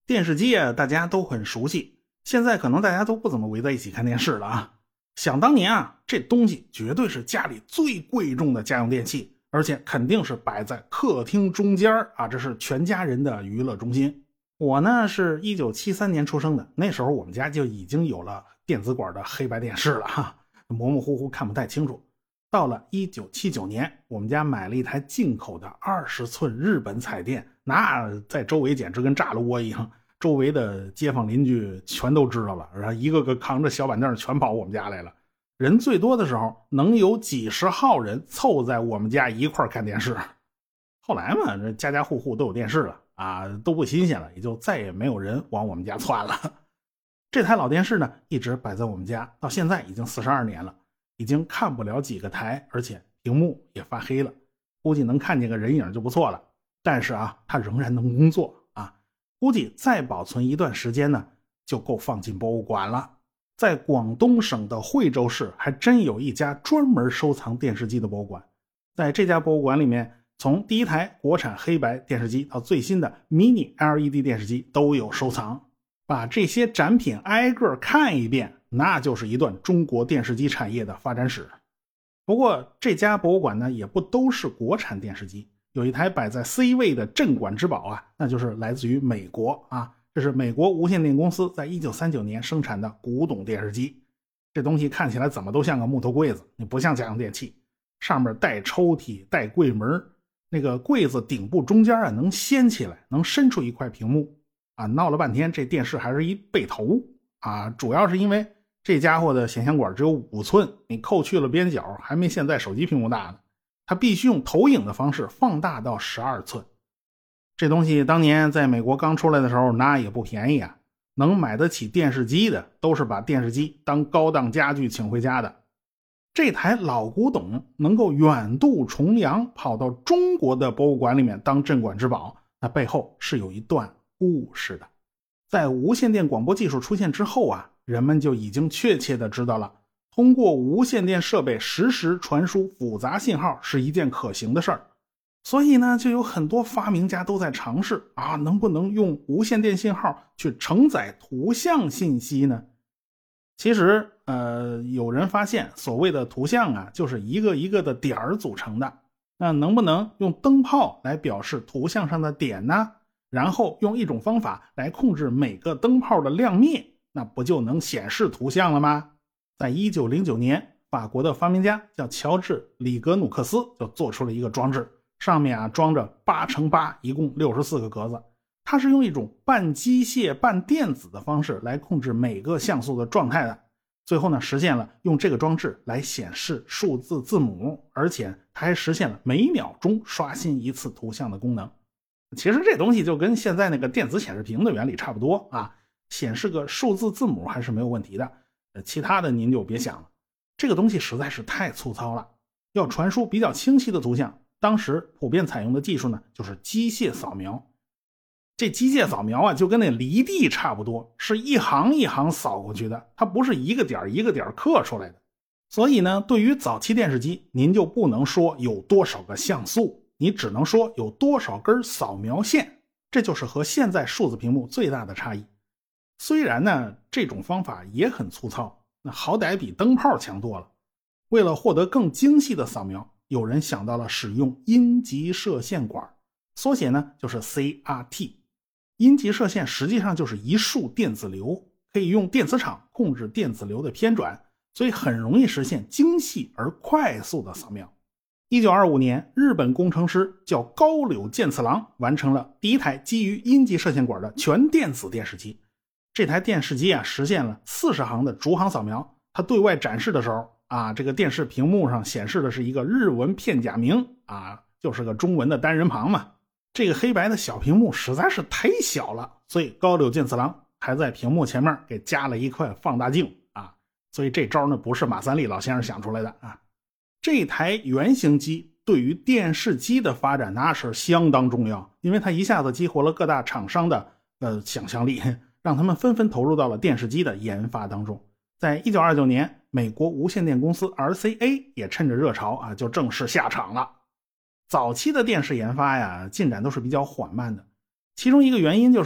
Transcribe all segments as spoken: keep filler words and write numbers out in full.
电视机啊，大家都很熟悉，现在可能大家都不怎么围在一起看电视了啊。想当年啊，这东西绝对是家里最贵重的家用电器，而且肯定是摆在客厅中间啊，这是全家人的娱乐中心。我呢是一九七三年出生的，那时候我们家就已经有了电子管的黑白电视了哈，模模糊糊看不太清楚。到了一九七九年，我们家买了一台进口的二十寸日本彩电，那在周围简直跟炸了窝一样，周围的街坊邻居全都知道了，然后一个个扛着小板凳全跑我们家来了。人最多的时候能有几十号人凑在我们家一块看电视。后来嘛，这家家户户都有电视了啊，都不新鲜了，也就再也没有人往我们家窜了。这台老电视呢，一直摆在我们家，到现在已经四十二年了，已经看不了几个台，而且屏幕也发黑了，估计能看见个人影就不错了。但是啊，它仍然能工作啊，估计再保存一段时间呢，就够放进博物馆了。在广东省的惠州市还真有一家专门收藏电视机的博物馆。在这家博物馆里面，从第一台国产黑白电视机到最新的 mini L E D 电视机都有收藏。把这些展品挨个看一遍，那就是一段中国电视机产业的发展史。不过这家博物馆呢，也不都是国产电视机，有一台摆在 C 位的镇馆之宝啊，那就是来自于美国啊，这是美国无线电公司在一九三九年生产的古董电视机。这东西看起来怎么都像个木头柜子，你不像家用电器，上面带抽屉带柜门，那个柜子顶部中间啊能掀起来，能伸出一块屏幕啊。闹了半天这电视还是一背头啊，主要是因为这家伙的显像管只有五寸，你扣去了边角还没现在手机屏幕大呢，它必须用投影的方式放大到十二寸。这东西当年在美国刚出来的时候那也不便宜啊，能买得起电视机的都是把电视机当高档家具请回家的。这台老古董能够远渡重洋跑到中国的博物馆里面当镇馆之宝，那背后是有一段故事的。在无线电广播技术出现之后啊，人们就已经确切的知道了，通过无线电设备实时传输复杂信号是一件可行的事儿。所以呢，就有很多发明家都在尝试啊，能不能用无线电信号去承载图像信息呢？其实呃，有人发现所谓的图像啊，就是一个一个的点儿组成的。那能不能用灯泡来表示图像上的点呢？然后用一种方法来控制每个灯泡的亮灭，那不就能显示图像了吗？在一九零九年，法国的发明家叫乔治·里格努克斯就做出了一个装置，上面啊装着八乘八，一共六十四个格子。它是用一种半机械半电子的方式来控制每个像素的状态的。最后呢，实现了用这个装置来显示数字字母，而且它还实现了每秒钟刷新一次图像的功能。其实这东西就跟现在那个电子显示屏的原理差不多啊，显示个数字字母还是没有问题的，其他的您就别想了。这个东西实在是太粗糙了，要传输比较清晰的图像，当时普遍采用的技术呢，就是机械扫描。这机械扫描啊，就跟那离地差不多，是一行一行扫过去的，它不是一个点一个点刻出来的。所以呢，对于早期电视机，您就不能说有多少个像素，你只能说有多少根扫描线，这就是和现在数字屏幕最大的差异。虽然呢，这种方法也很粗糙，那好歹比灯泡强多了。为了获得更精细的扫描，有人想到了使用阴极射线管，缩写呢就是 C R T。阴极射线实际上就是一束电子流，可以用电磁场控制电子流的偏转，所以很容易实现精细而快速的扫描。一九二五年，日本工程师叫高柳健次郎完成了第一台基于阴极射线管的全电子电视机。这台电视机啊，实现了四十行的逐行扫描。它对外展示的时候啊，这个电视屏幕上显示的是一个日文片假名啊，就是个中文的单人旁嘛。这个黑白的小屏幕实在是太小了，所以高柳健次郎还在屏幕前面给加了一块放大镜啊，所以这招呢不是马三立老先生想出来的啊。这台原型机对于电视机的发展那是相当重要，因为它一下子激活了各大厂商的呃想象力，让他们纷纷投入到了电视机的研发当中。在一九二九年，美国无线电公司 R C A 也趁着热潮啊，就正式下场了。早期的电视研发呀，进展都是比较缓慢的，其中一个原因就是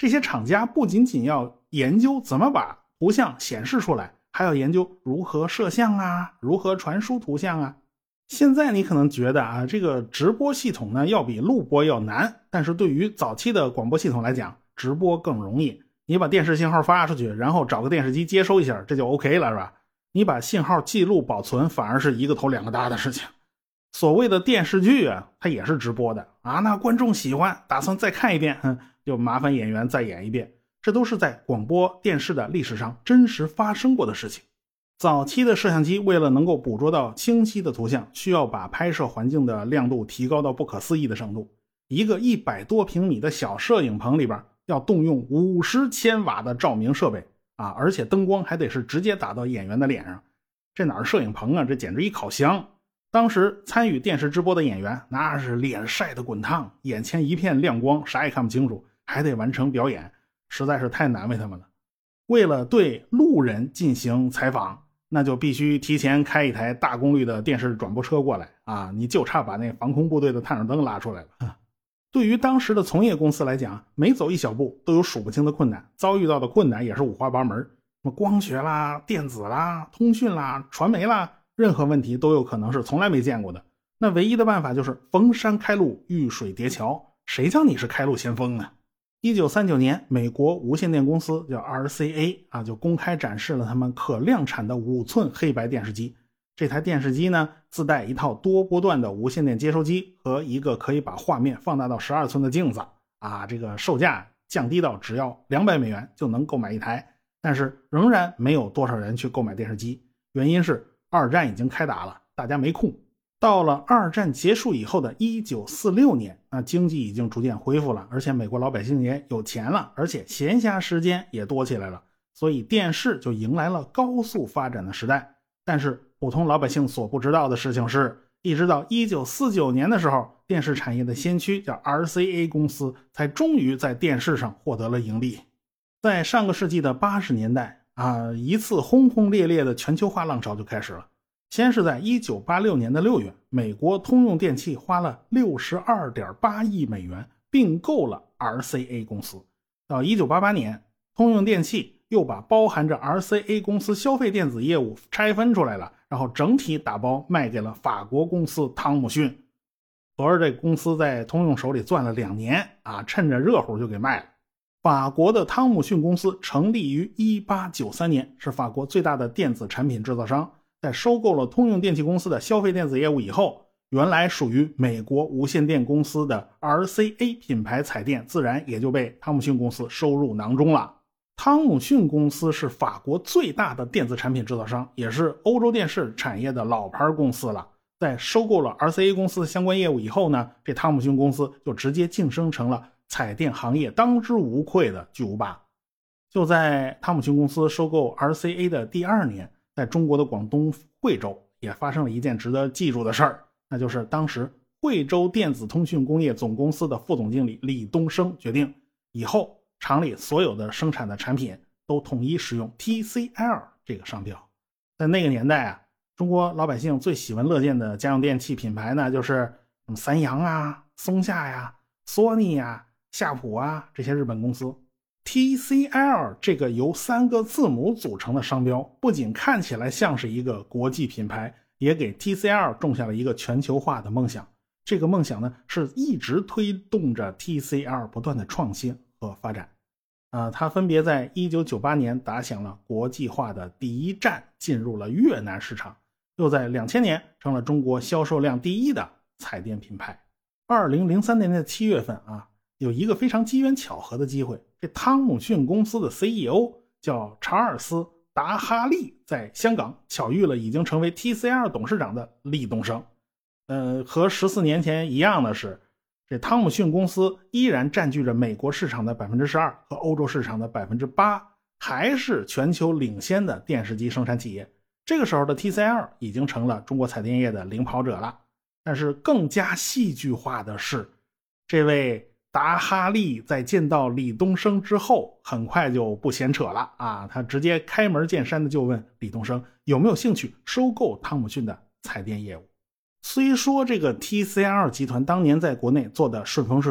这些厂家不仅仅要研究怎么把图像显示出来，还要研究如何摄像啊，如何传输图像啊。现在你可能觉得啊，这个直播系统呢要比录播要难，但是对于早期的广播系统来讲，直播更容易。你把电视信号发出去，然后找个电视机接收一下，这就 OK 了，是吧？你把信号记录保存，反而是一个头两个大的事情。所谓的电视剧啊，它也是直播的啊，那观众喜欢，打算再看一遍，哼，就麻烦演员再演一遍。这都是在广播电视的历史上真实发生过的事情。早期的摄像机为了能够捕捉到清晰的图像，需要把拍摄环境的亮度提高到不可思议的程度。一个一百多平米的小摄影棚里边，要动用五十千瓦的照明设备啊，而且灯光还得是直接打到演员的脸上。这哪是摄影棚啊，这简直一烤箱。当时参与电视直播的演员那是脸晒得滚烫，眼前一片亮光，啥也看不清楚，还得完成表演，实在是太难为他们了。为了对路人进行采访，那就必须提前开一台大功率的电视转播车过来啊，你就差把那防空部队的探照灯拉出来了。对于当时的从业公司来讲，每走一小步都有数不清的困难，遭遇到的困难也是五花八门，什么光学啦、电子啦、通讯啦、传媒啦，任何问题都有可能是从来没见过的。那唯一的办法就是逢山开路，遇水叠桥，谁叫你是开路先锋呢？一九三九年，美国无线电公司叫 R C A 啊，就公开展示了他们可量产的五寸黑白电视机。这台电视机呢，自带一套多波段的无线电接收机和一个可以把画面放大到十二寸的镜子啊，这个售价降低到只要两百美元就能购买一台，但是仍然没有多少人去购买电视机，原因是二战已经开打了，大家没空。到了二战结束以后的一九四六年，那经济已经逐渐恢复了，而且美国老百姓也有钱了，而且闲暇时间也多起来了，所以电视就迎来了高速发展的时代。但是普通老百姓所不知道的事情是，一直到一九四九年的时候，电视产业的先驱叫 R C A 公司才终于在电视上获得了盈利。在上个世纪的八十年代啊，一次轰轰烈烈的全球化浪潮就开始了。先是在一九八六年的六月，美国通用电气花了 六十二点八亿美元并购了 R C A 公司。到一九八八年，通用电气又把包含着 R C A 公司消费电子业务拆分出来了，然后整体打包卖给了法国公司汤姆逊。合着这公司在通用手里攥了两年啊，趁着热乎就给卖了。法国的汤姆逊公司成立于一八九三年，是法国最大的电子产品制造商。在收购了通用电气公司的消费电子业务以后，原来属于美国无线电公司的 R C A 品牌彩电自然也就被汤姆逊公司收入囊中了。汤姆逊公司是法国最大的电子产品制造商，也是欧洲电视产业的老牌公司了。在收购了 R C A 公司的相关业务以后呢，这汤姆逊公司就直接晋升成了彩电行业当之无愧的巨无霸。就在汤姆逊公司收购 R C A 的第二年，在中国的广东惠州也发生了一件值得记住的事儿，那就是当时惠州电子通讯工业总公司的副总经理李东升决定，以后厂里所有的生产的产品都统一使用 T C L 这个商标。在那个年代啊，中国老百姓最喜闻乐见的家用电器品牌呢，就是三洋啊、松下呀、索尼呀、夏普啊这些日本公司。T C L 这个由三个字母组成的商标，不仅看起来像是一个国际品牌，也给 T C L 种下了一个全球化的梦想。这个梦想呢，是一直推动着 T C L 不断的创新和发展。呃，它分别在一九九八年打响了国际化的第一战，进入了越南市场，又在两千年成了中国销售量第一的彩电品牌。二零零三年的七月份啊，有一个非常机缘巧合的机会，这汤姆逊公司的 C E O 叫查尔斯·达哈利，在香港巧遇了已经成为 T C L 董事长的李东升。呃，和十四年前一样的是，这汤姆逊公司依然占据着美国市场的 百分之十二 和欧洲市场的 百分之八， 还是全球领先的电视机生产企业。这个时候的 T C L 已经成了中国彩电业的领跑者了。但是更加戏剧化的是，这位达哈利在见到李东升之后，很快就不闲扯了啊！他直接开门见山的就问李东升有没有兴趣收购汤姆逊的彩电业务。虽说这个 T C L 集团当年在国内做的顺风顺水，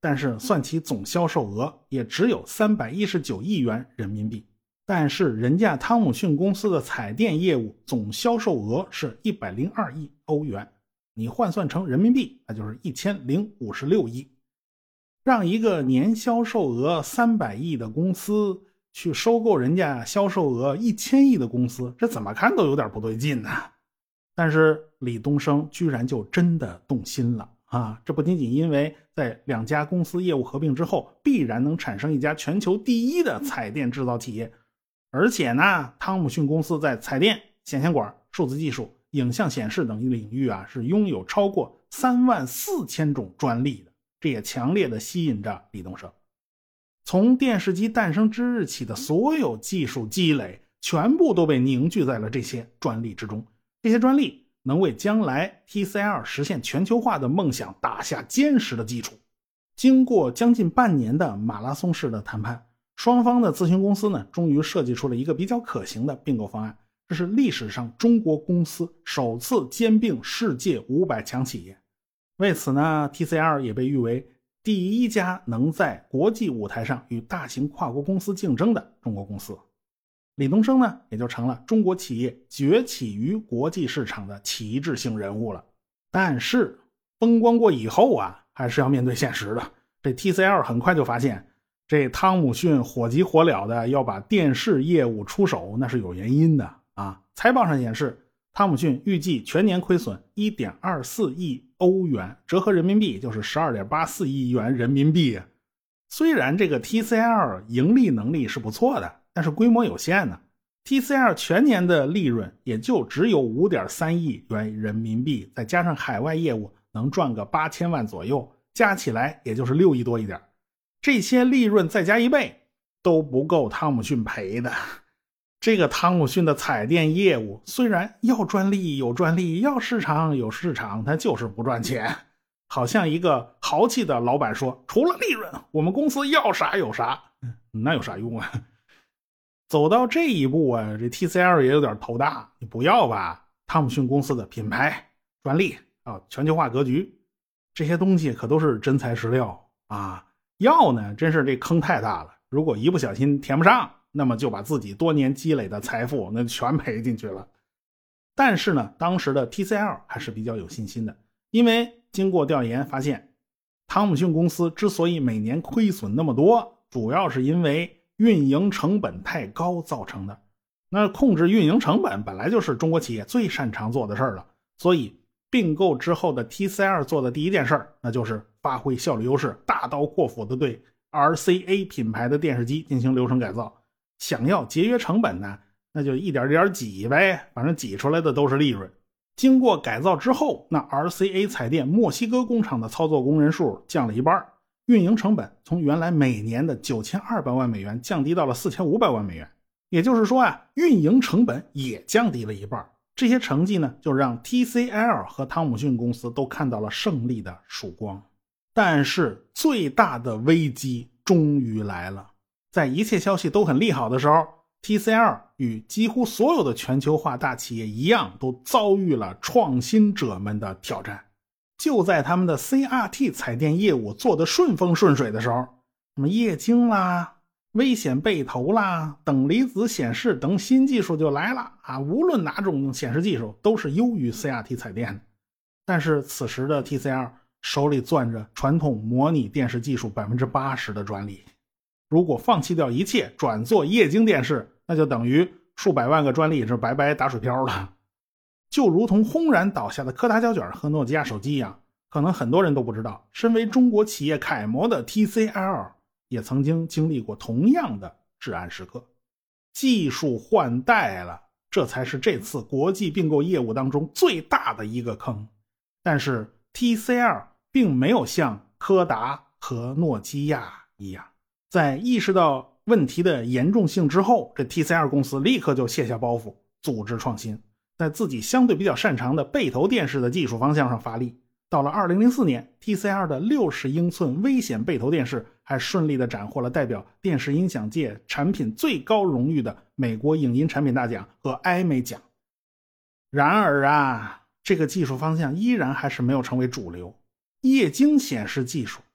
但是算其总销售额也只有三百一十九亿元人民币。但是人家汤姆逊公司的彩电业务总销售额是一百零二亿欧元，你换算成人民币那就是一千零五十六亿。让一个年销售额三百亿的公司去收购人家销售额一千亿的公司，这怎么看都有点不对劲呢。但是李东生居然就真的动心了啊！这不仅仅因为在两家公司业务合并之后必然能产生一家全球第一的彩电制造企业，而且呢，汤姆逊公司在彩电、显像管、数字技术、影像显示等领域啊，是拥有超过三万四千种专利的，这也强烈的吸引着李东生。从电视机诞生之日起的所有技术积累，全部都被凝聚在了这些专利之中。这些专利能为将来 T C L 实现全球化的梦想打下坚实的基础。经过将近半年的马拉松式的谈判，双方的咨询公司呢，终于设计出了一个比较可行的并购方案。这是历史上中国公司首次兼并世界五百强企业。为此呢 T C L 也被誉为第一家能在国际舞台上与大型跨国公司竞争的中国公司。李东生呢，也就成了中国企业崛起于国际市场的旗帜性人物了。但是风光过以后啊，还是要面对现实的。这 T C L 很快就发现，这汤姆逊火急火燎的要把电视业务出手，那是有原因的啊。财报上显示，汤姆逊预计全年亏损 一点二四亿欧元，折合人民币就是 十二点八四亿元人民币啊。虽然这个 T C L 盈利能力是不错的，但是规模有限呢。T C L 全年的利润也就只有 五点三亿元人民币，再加上海外业务能赚个八千万左右，加起来也就是六亿多一点。这些利润再加一倍都不够汤姆逊赔的。这个汤姆逊的彩电业务虽然要专利有专利，要市场有市场，它就是不赚钱。好像一个豪气的老板说，除了利润我们公司要啥有啥。那有啥用啊？走到这一步啊，这 T C L 也有点头大。你不要吧，汤姆逊公司的品牌、专利啊、全球化格局，这些东西可都是真材实料啊。要呢，真是这坑太大了。如果一不小心填不上，那么就把自己多年积累的财富那全赔进去了。但是呢，当时的 T C L 还是比较有信心的，因为经过调研发现，汤姆逊公司之所以每年亏损那么多，主要是因为运营成本太高造成的。那控制运营成本本来就是中国企业最擅长做的事儿了，所以并购之后的 T C L 做的第一件事，那就是发挥效率优势，大刀阔斧的对 R C A 品牌的电视机进行流程改造。想要节约成本呢，那就一点点挤呗，反正挤出来的都是利润。经过改造之后，那 R C A 彩电墨西哥工厂的操作工人数降了一半，运营成本从原来每年的九千二百万美元降低到了四千五百万美元。也就是说啊，运营成本也降低了一半。这些成绩呢，就让 T C L 和汤姆逊公司都看到了胜利的曙光。但是最大的危机终于来了。在一切消息都很利好的时候， T C L 与几乎所有的全球化大企业一样，都遭遇了创新者们的挑战。就在他们的 C R T 彩电业务做得顺风顺水的时候，什么液晶啦、危险背投啦、等离子显示等新技术就来了啊！无论哪种显示技术都是优于 C R T 彩电的。但是此时的 T C L 手里攥着传统模拟电视技术 百分之八十 的专利，如果放弃掉一切转做液晶电视，那就等于数百万个专利是白白打水漂了。就如同轰然倒下的柯达胶卷和诺基亚手机一样，可能很多人都不知道，身为中国企业楷模的 T C L 也曾经经历过同样的至暗时刻。技术换代了，这才是这次国际并购业务当中最大的一个坑。但是 T C L 并没有像柯达和诺基亚一样，在意识到问题的严重性之后，这 T C L 公司立刻就卸下包袱，组织创新，在自己相对比较擅长的背投电视的技术方向上发力。到了二零零四年， T C L 的六十英寸危险背投电视还顺利地斩获了代表电视音响界产品最高荣誉的美国影音产品大奖和艾美奖。然而啊，这个技术方向依然还是没有成为主流。液晶显示技术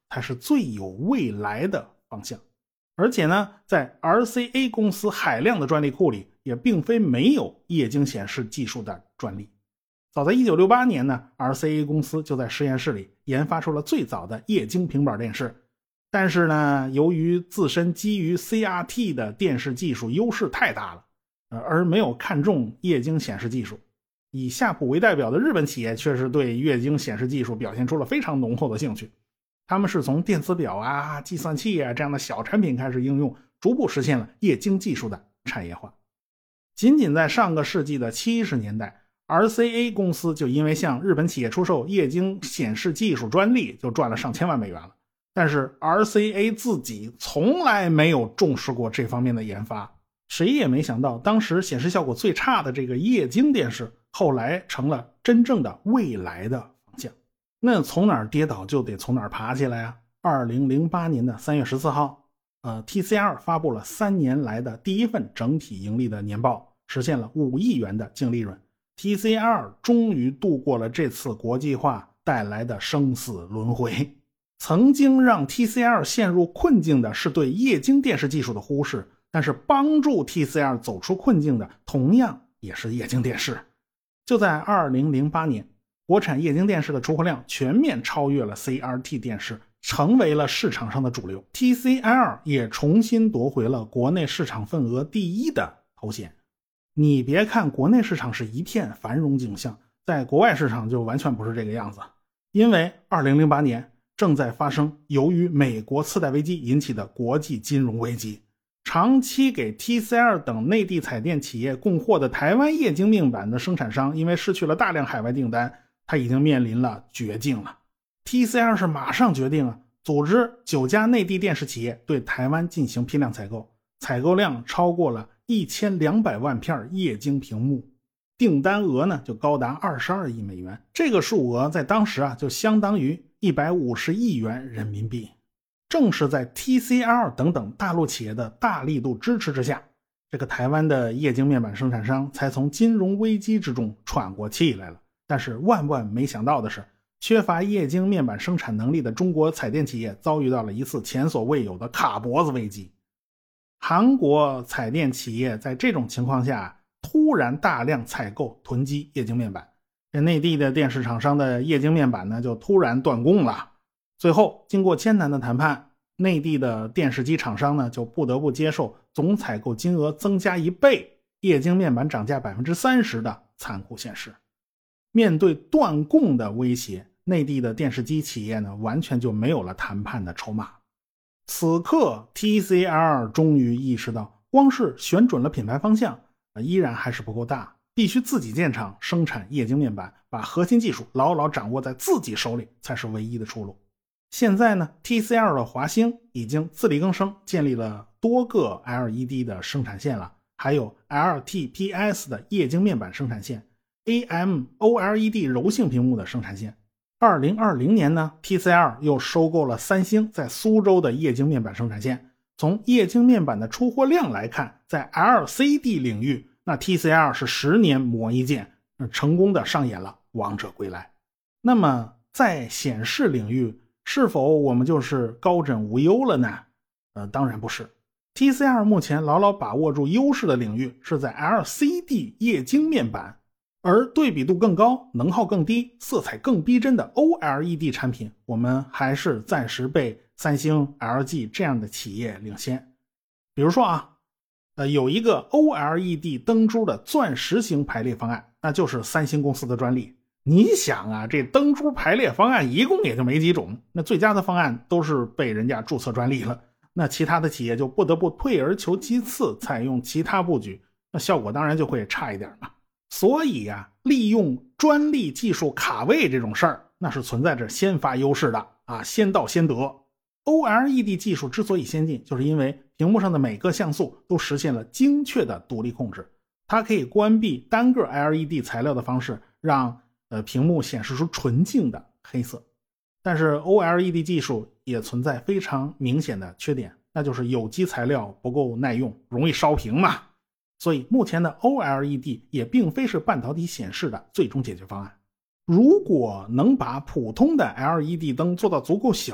才是最有未来的方向。而且呢，在 R C A 公司海量的专利库里，也并非没有液晶显示技术的专利。早在一九六八年呢 ，R C A 公司就在实验室里研发出了最早的液晶平板电视。但是呢，由于自身基于 C R T 的电视技术优势太大了，而没有看重液晶显示技术。以夏普为代表的日本企业却是对液晶显示技术表现出了非常浓厚的兴趣。他们是从电子表啊、计算器啊这样的小产品开始应用，逐步实现了液晶技术的产业化。仅仅在上个世纪的七十年代， R C A 公司就因为向日本企业出售液晶显示技术专利就赚了上千万美元了。但是 R C A 自己从来没有重视过这方面的研发，谁也没想到当时显示效果最差的这个液晶电视后来成了真正的未来的方向。那从哪儿跌倒就得从哪儿爬起来啊。二零零八年的三月十四号，呃 T C L 发布了三年来的第一份整体盈利的年报，实现了五亿元的净利润。T C L 终于度过了这次国际化带来的生死轮回。曾经让 T C L 陷入困境的是对液晶电视技术的忽视，但是帮助 T C L 走出困境的同样也是液晶电视。就在二零零八年，国产液晶电视的出货量全面超越了 C R T 电视，成为了市场上的主流。 T C L 也重新夺回了国内市场份额第一的头衔。你别看国内市场是一片繁荣景象，在国外市场就完全不是这个样子。因为二零零八年正在发生由于美国次贷危机引起的国际金融危机，长期给 T C L 等内地彩电企业供货的台湾液晶面板的生产商，因为失去了大量海外订单，他已经面临了绝境了。 T C L 是马上决定啊，组织九家内地电视企业对台湾进行批量采购，采购量超过了一千两百万片液晶屏幕，订单额呢就高达二十二亿美元。这个数额在当时啊就相当于一百五十亿元人民币。正是在 T C L 等等大陆企业的大力度支持之下，这个台湾的液晶面板生产商才从金融危机之中喘过气来了。但是万万没想到的是，缺乏液晶面板生产能力的中国彩电企业遭遇到了一次前所未有的卡脖子危机。韩国彩电企业在这种情况下突然大量采购囤积液晶面板，这内地的电视厂商的液晶面板呢就突然断供了。最后经过艰难的谈判，内地的电视机厂商呢就不得不接受总采购金额增加一倍，液晶面板涨价 百分之三十 的残酷现实。面对断供的威胁，内地的电视机企业呢完全就没有了谈判的筹码。此刻 T C L 终于意识到，光是选准了品牌方向依然还是不够大，必须自己建厂生产液晶面板，把核心技术牢牢掌握在自己手里才是唯一的出路。现在呢 T C L 的华星已经自力更生，建立了多个 L E D 的生产线了，还有 L T P S 的液晶面板生产线， A M O L E D 柔性屏幕的生产线。二零二零年呢 T C L 又收购了三星在苏州的液晶面板生产线。从液晶面板的出货量来看，在 L C D 领域，那 T C L 是十年磨一剑，成功的上演了王者归来。那么在显示领域，是否我们就是高枕无忧了呢？呃，当然不是。T C L 目前牢牢把握住优势的领域是在 L C D 液晶面板，而对比度更高、能耗更低、色彩更逼真的 O L E D 产品，我们还是暂时被三星、L G 这样的企业领先。比如说啊，呃，有一个 O L E D 灯珠的钻石型排列方案，那就是三星公司的专利。你想啊，这灯珠排列方案一共也就没几种，那最佳的方案都是被人家注册专利了，那其他的企业就不得不退而求其次，采用其他布局，那效果当然就会差一点嘛。所以啊，利用专利技术卡位这种事儿，那是存在着先发优势的啊，先到先得。O L E D 技术之所以先进，就是因为屏幕上的每个像素都实现了精确的独立控制，它可以关闭单个 L E D 材料的方式，让呃屏幕显示出纯净的黑色。但是 O L E D 技术也存在非常明显的缺点，那就是有机材料不够耐用，容易烧屏嘛。所以目前的 O L E D 也并非是半导体显示的最终解决方案。如果能把普通的 L E D 灯做到足够小，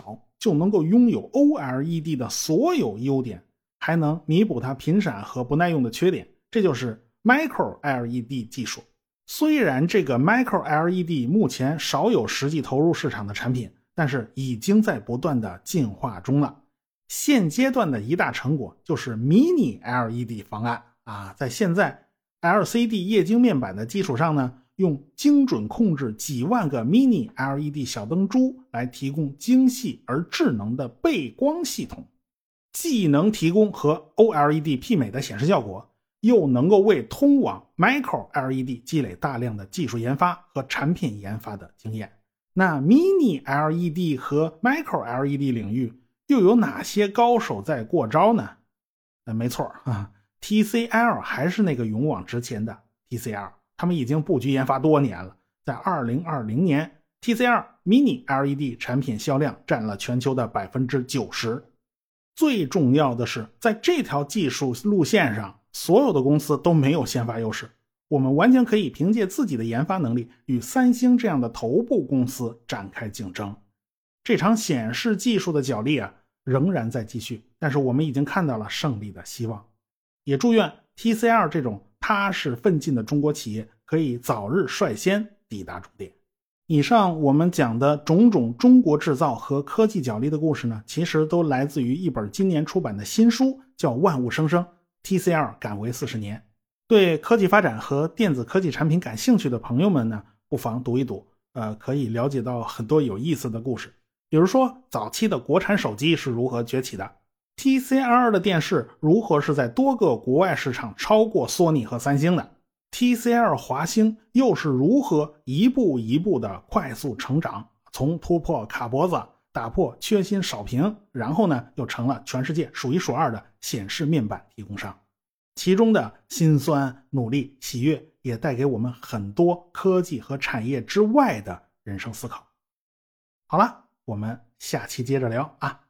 就能够拥有 O L E D 的所有优点，还能弥补它频闪和不耐用的缺点，这就是 Micro L E D 技术。虽然这个 Micro L E D 目前少有实际投入市场的产品，但是已经在不断的进化中了。现阶段的一大成果就是 Mini L E D 方案啊，在现在 L C D 液晶面板的基础上呢，用精准控制几万个 Mini L E D 小灯珠来提供精细而智能的背光系统，既能提供和 O L E D 媲美的显示效果，又能够为通往 Micro L E D 积累大量的技术研发和产品研发的经验。那 Mini L E D 和 Micro L E D 领域又有哪些高手在过招呢？呃，没错啊 ，T C L 还是那个勇往直前的 T C L， 他们已经布局研发多年了。在二零二零年 ，T C L Mini L E D 产品销量占了全球的 百分之九十。最重要的是，在这条技术路线上，所有的公司都没有先发优势。我们完全可以凭借自己的研发能力与三星这样的头部公司展开竞争。这场显示技术的角力啊，仍然在继续，但是我们已经看到了胜利的希望。也祝愿 T C L 这种踏实奋进的中国企业可以早日率先抵达终点。以上我们讲的种种中国制造和科技角力的故事呢，其实都来自于一本今年出版的新书，叫《万物生生 T C L 赶回四十年》。对科技发展和电子科技产品感兴趣的朋友们呢，不妨读一读，呃，可以了解到很多有意思的故事。比如说，早期的国产手机是如何崛起的 ，T C L 的电视如何是在多个国外市场超过索尼和三星的 ，T C L 华星又是如何一步一步的快速成长，从突破卡脖子，打破缺芯少屏，然后呢，又成了全世界数一数二的显示面板提供商。其中的辛酸、努力、喜悦也带给我们很多科技和产业之外的人生思考。好了，我们下期接着聊啊。